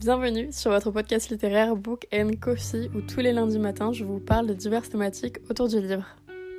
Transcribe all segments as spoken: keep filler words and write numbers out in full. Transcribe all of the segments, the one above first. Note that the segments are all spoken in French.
Bienvenue sur votre podcast littéraire Book and Coffee où tous les lundis matins je vous parle de diverses thématiques autour du livre.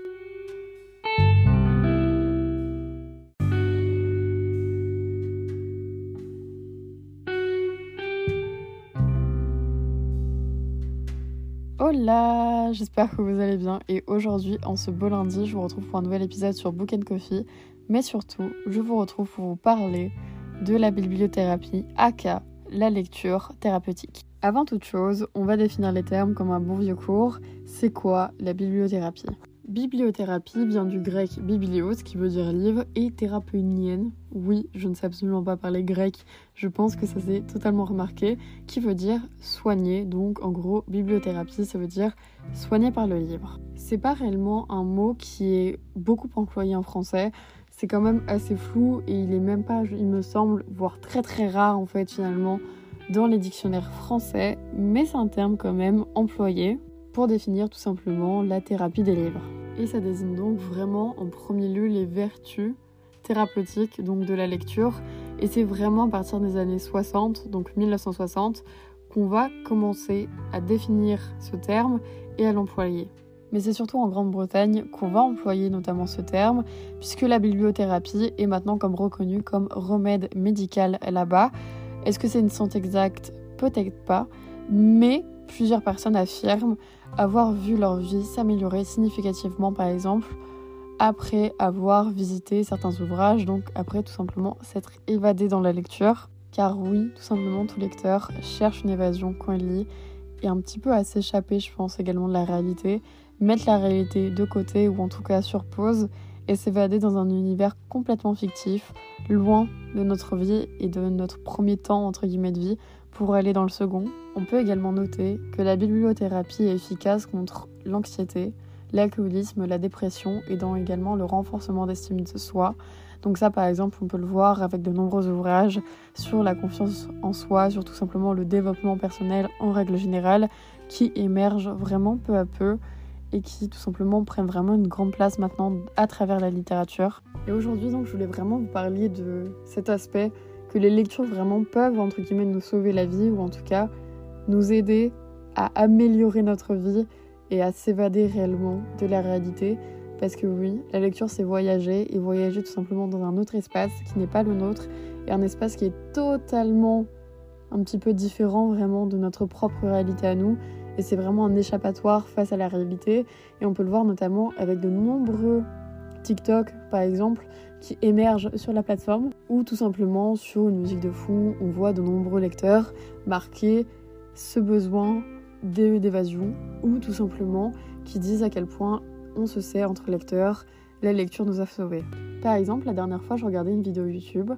Hola, j'espère que vous allez bien et aujourd'hui, en ce beau lundi, je vous retrouve pour un nouvel épisode sur Book and Coffee, mais surtout, je vous retrouve pour vous parler de la bibliothérapie, aka la lecture thérapeutique. Avant toute chose, on va définir les termes comme un bon vieux cours. C'est quoi la bibliothérapie ? Bibliothérapie vient du grec biblios, qui veut dire livre, et thérapeunienne. Oui, je ne sais absolument pas parler grec, je pense que ça s'est totalement remarqué, qui veut dire soigner. Donc en gros, bibliothérapie, ça veut dire soigner par le livre. C'est pas réellement un mot qui est beaucoup employé en français. C'est quand même assez flou et il est même pas, il me semble, voire très très rare en fait finalement dans les dictionnaires français, mais c'est un terme quand même employé pour définir tout simplement la thérapie des livres. Et ça désigne donc vraiment en premier lieu les vertus thérapeutiques donc de la lecture, et c'est vraiment à partir des années soixante, donc dix-neuf cent soixante, qu'on va commencer à définir ce terme et à l'employer. Mais c'est surtout en Grande-Bretagne qu'on va employer notamment ce terme, puisque la bibliothérapie est maintenant comme reconnue comme remède médical là-bas. Est-ce que c'est une science exacte ? Peut-être pas, mais plusieurs personnes affirment avoir vu leur vie s'améliorer significativement, par exemple, après avoir visité certains ouvrages, donc après tout simplement s'être évadé dans la lecture. Car oui, tout simplement, tout lecteur cherche une évasion quand il lit, et un petit peu à s'échapper, je pense, également de la réalité, mettre la réalité de côté ou en tout cas sur pause et s'évader dans un univers complètement fictif, loin de notre vie et de notre premier temps entre guillemets de vie pour aller dans le second. On peut également noter que la bibliothérapie est efficace contre l'anxiété, l'alcoolisme, la dépression et dans également le renforcement d'estime de soi. Donc ça par exemple on peut le voir avec de nombreux ouvrages sur la confiance en soi, sur tout simplement le développement personnel en règle générale qui émergent vraiment peu à peu et qui tout simplement prennent vraiment une grande place maintenant à travers la littérature. Et aujourd'hui donc je voulais vraiment vous parler de cet aspect que les lectures vraiment peuvent entre guillemets nous sauver la vie ou en tout cas nous aider à améliorer notre vie et à s'évader réellement de la réalité. Parce que oui, la lecture c'est voyager et voyager tout simplement dans un autre espace qui n'est pas le nôtre et un espace qui est totalement un petit peu différent vraiment de notre propre réalité à nous. Et c'est vraiment un échappatoire face à la réalité. Et on peut le voir notamment avec de nombreux TikTok, par exemple, qui émergent sur la plateforme. Ou tout simplement, sur une musique de fond, on voit de nombreux lecteurs marquer ce besoin d'évasion. Ou tout simplement, qui disent à quel point on se sait entre lecteurs, la lecture nous a sauvés. Par exemple, la dernière fois, je regardais une vidéo YouTube.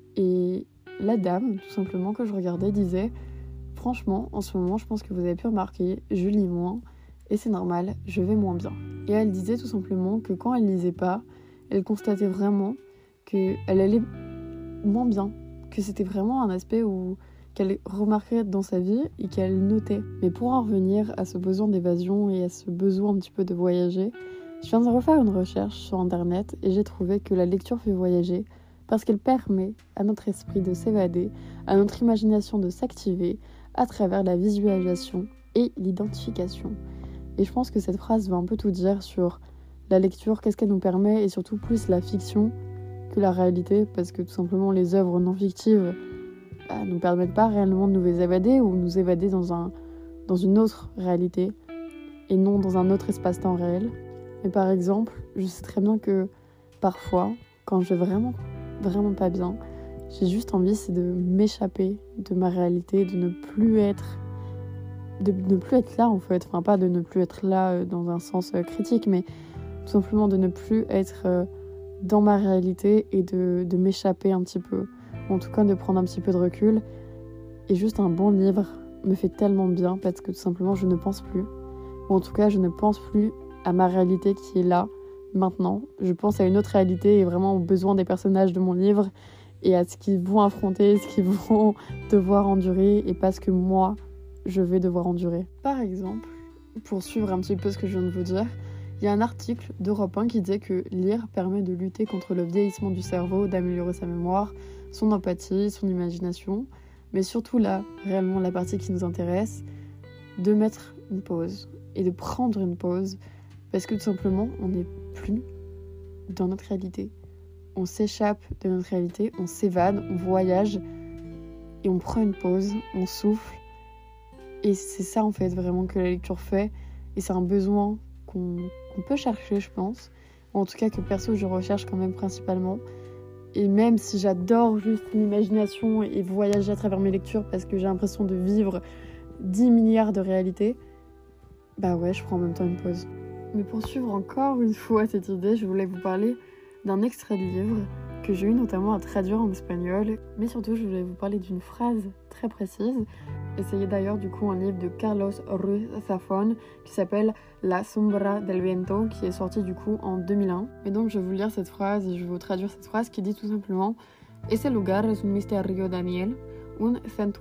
Et la dame, tout simplement, que je regardais, disait... Franchement, en ce moment, je pense que vous avez pu remarquer, je lis moins et c'est normal, je vais moins bien. Et elle disait tout simplement que quand elle lisait pas, elle constatait vraiment qu'elle allait moins bien, que c'était vraiment un aspect où qu'elle remarquait dans sa vie et qu'elle notait. Mais pour en revenir à ce besoin d'évasion et à ce besoin un petit peu de voyager, je viens de refaire une recherche sur internet et j'ai trouvé que la lecture fait voyager parce qu'elle permet à notre esprit de s'évader, à notre imagination de s'activer, à travers la visualisation et l'identification. Et je pense que cette phrase va un peu tout dire sur la lecture, qu'est-ce qu'elle nous permet, et surtout plus la fiction que la réalité, parce que tout simplement les œuvres non fictives bah, nous permettent pas réellement de nous évader ou nous évader dans, un, dans une autre réalité, et non dans un autre espace-temps réel. Mais par exemple, je sais très bien que parfois, quand je vais vraiment, vraiment pas bien, j'ai juste envie, c'est de m'échapper de ma réalité, de ne plus être, de ne plus être là en fait. Enfin, pas de ne plus être là dans un sens critique, mais tout simplement de ne plus être dans ma réalité et de, de m'échapper un petit peu. Ou en tout cas, de prendre un petit peu de recul. Et juste un bon livre me fait tellement bien parce que tout simplement, je ne pense plus. Ou en tout cas, je ne pense plus à ma réalité qui est là, maintenant. Je pense à une autre réalité et vraiment aux besoins des personnages de mon livre et à ce qu'ils vont affronter, ce qu'ils vont devoir endurer et pas ce que moi, je vais devoir endurer. Par exemple, pour suivre un petit peu ce que je viens de vous dire, il y a un article d'Europe un qui disait que lire permet de lutter contre le vieillissement du cerveau, d'améliorer sa mémoire, son empathie, son imagination. mais surtout là, réellement la partie qui nous intéresse, de mettre une pause et de prendre une pause parce que tout simplement, on n'est plus dans notre réalité. On s'échappe de notre réalité, on s'évade, on voyage et on prend une pause, on souffle. Et c'est ça en fait vraiment que la lecture fait. Et c'est un besoin qu'on, qu'on peut chercher, je pense. Ou en tout cas que perso, je recherche quand même principalement. Et même si j'adore juste l'imagination et voyager à travers mes lectures parce que j'ai l'impression de vivre dix milliards de réalités, bah ouais, je prends en même temps une pause. Mais pour suivre encore une fois cette idée, je voulais vous parler d'un extrait de livre que j'ai eu notamment à traduire en espagnol. Mais surtout, je voulais vous parler d'une phrase très précise. Et c'est d'ailleurs du coup un livre de Carlos Ruiz Zafón qui s'appelle La sombra del viento, qui est sorti du coup en deux mille un. Et donc je vais vous lire cette phrase et je vais vous traduire cette phrase qui dit tout simplement « Ese lugar es un misterio Daniel, un santuario »,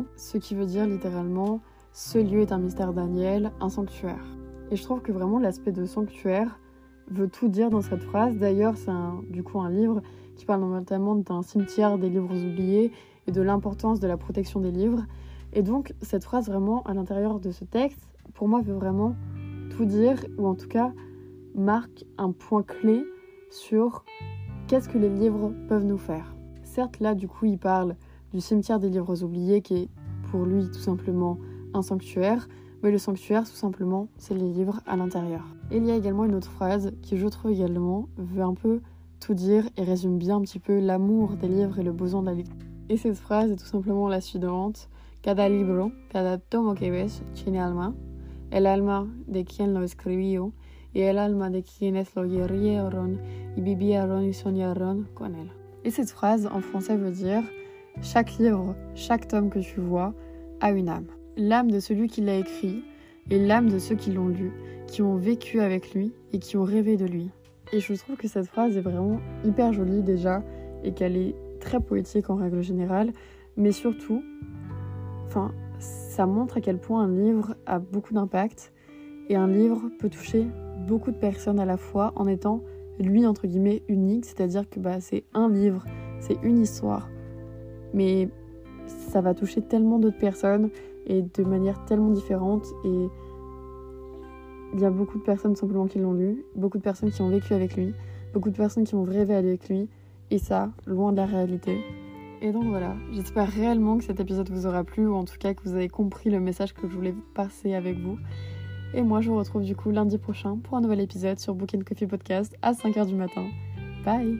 ce qui veut dire littéralement « Ce lieu est un mystère Daniel, un sanctuaire ». Et je trouve que vraiment l'aspect de sanctuaire veut tout dire dans cette phrase. D'ailleurs, c'est un, du coup un livre qui parle notamment d'un cimetière des livres oubliés et de l'importance de la protection des livres. Et donc, cette phrase vraiment à l'intérieur de ce texte, pour moi, veut vraiment tout dire, ou en tout cas, marque un point clé sur qu'est-ce que les livres peuvent nous faire. Certes, là, du coup, il parle du cimetière des livres oubliés, qui est pour lui tout simplement un sanctuaire, mais le sanctuaire, tout simplement, c'est les livres à l'intérieur. Et il y a également une autre phrase qui, je trouve également, veut un peu tout dire et résume bien un petit peu l'amour des livres et le besoin de la lecture. Et cette phrase est tout simplement la suivante. Cada libro, cada tomo que ves, tiene alma, el alma de quien lo escribió y el alma de quienes lo leyeron y vivieron y soñaron con él. Et cette phrase en français veut dire « Chaque livre, chaque tome que tu vois a une âme. L'âme de celui qui l'a écrit et l'âme de ceux qui l'ont lu, qui ont vécu avec lui et qui ont rêvé de lui. » Et je trouve que cette phrase est vraiment hyper jolie déjà et qu'elle est très poétique en règle générale, mais surtout, enfin, ça montre à quel point un livre a beaucoup d'impact et un livre peut toucher beaucoup de personnes à la fois en étant, lui, entre guillemets, unique, c'est-à-dire que bah, c'est un livre, c'est une histoire, mais ça va toucher tellement d'autres personnes et de manière tellement différente et il y a beaucoup de personnes simplement qui l'ont lu, beaucoup de personnes qui ont vécu avec lui, beaucoup de personnes qui ont rêvé avec lui et ça, loin de la réalité. Et donc voilà, j'espère réellement que cet épisode vous aura plu ou en tout cas que vous avez compris le message que je voulais passer avec vous. Et moi je vous retrouve du coup lundi prochain pour un nouvel épisode sur Book and Coffee Podcast à cinq heures du matin. Bye!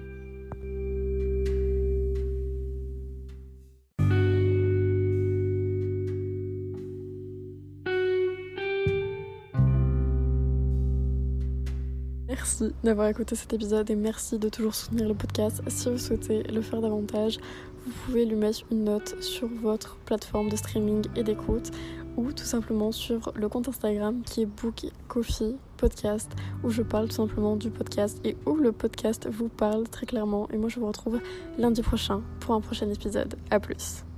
Merci d'avoir écouté cet épisode et merci de toujours soutenir le podcast. Si vous souhaitez le faire davantage, vous pouvez lui mettre une note sur votre plateforme de streaming et d'écoute ou tout simplement sur le compte Instagram qui est Book Coffee Podcast où je parle tout simplement du podcast et où le podcast vous parle très clairement. Et moi je vous retrouve lundi prochain pour un prochain épisode. À plus.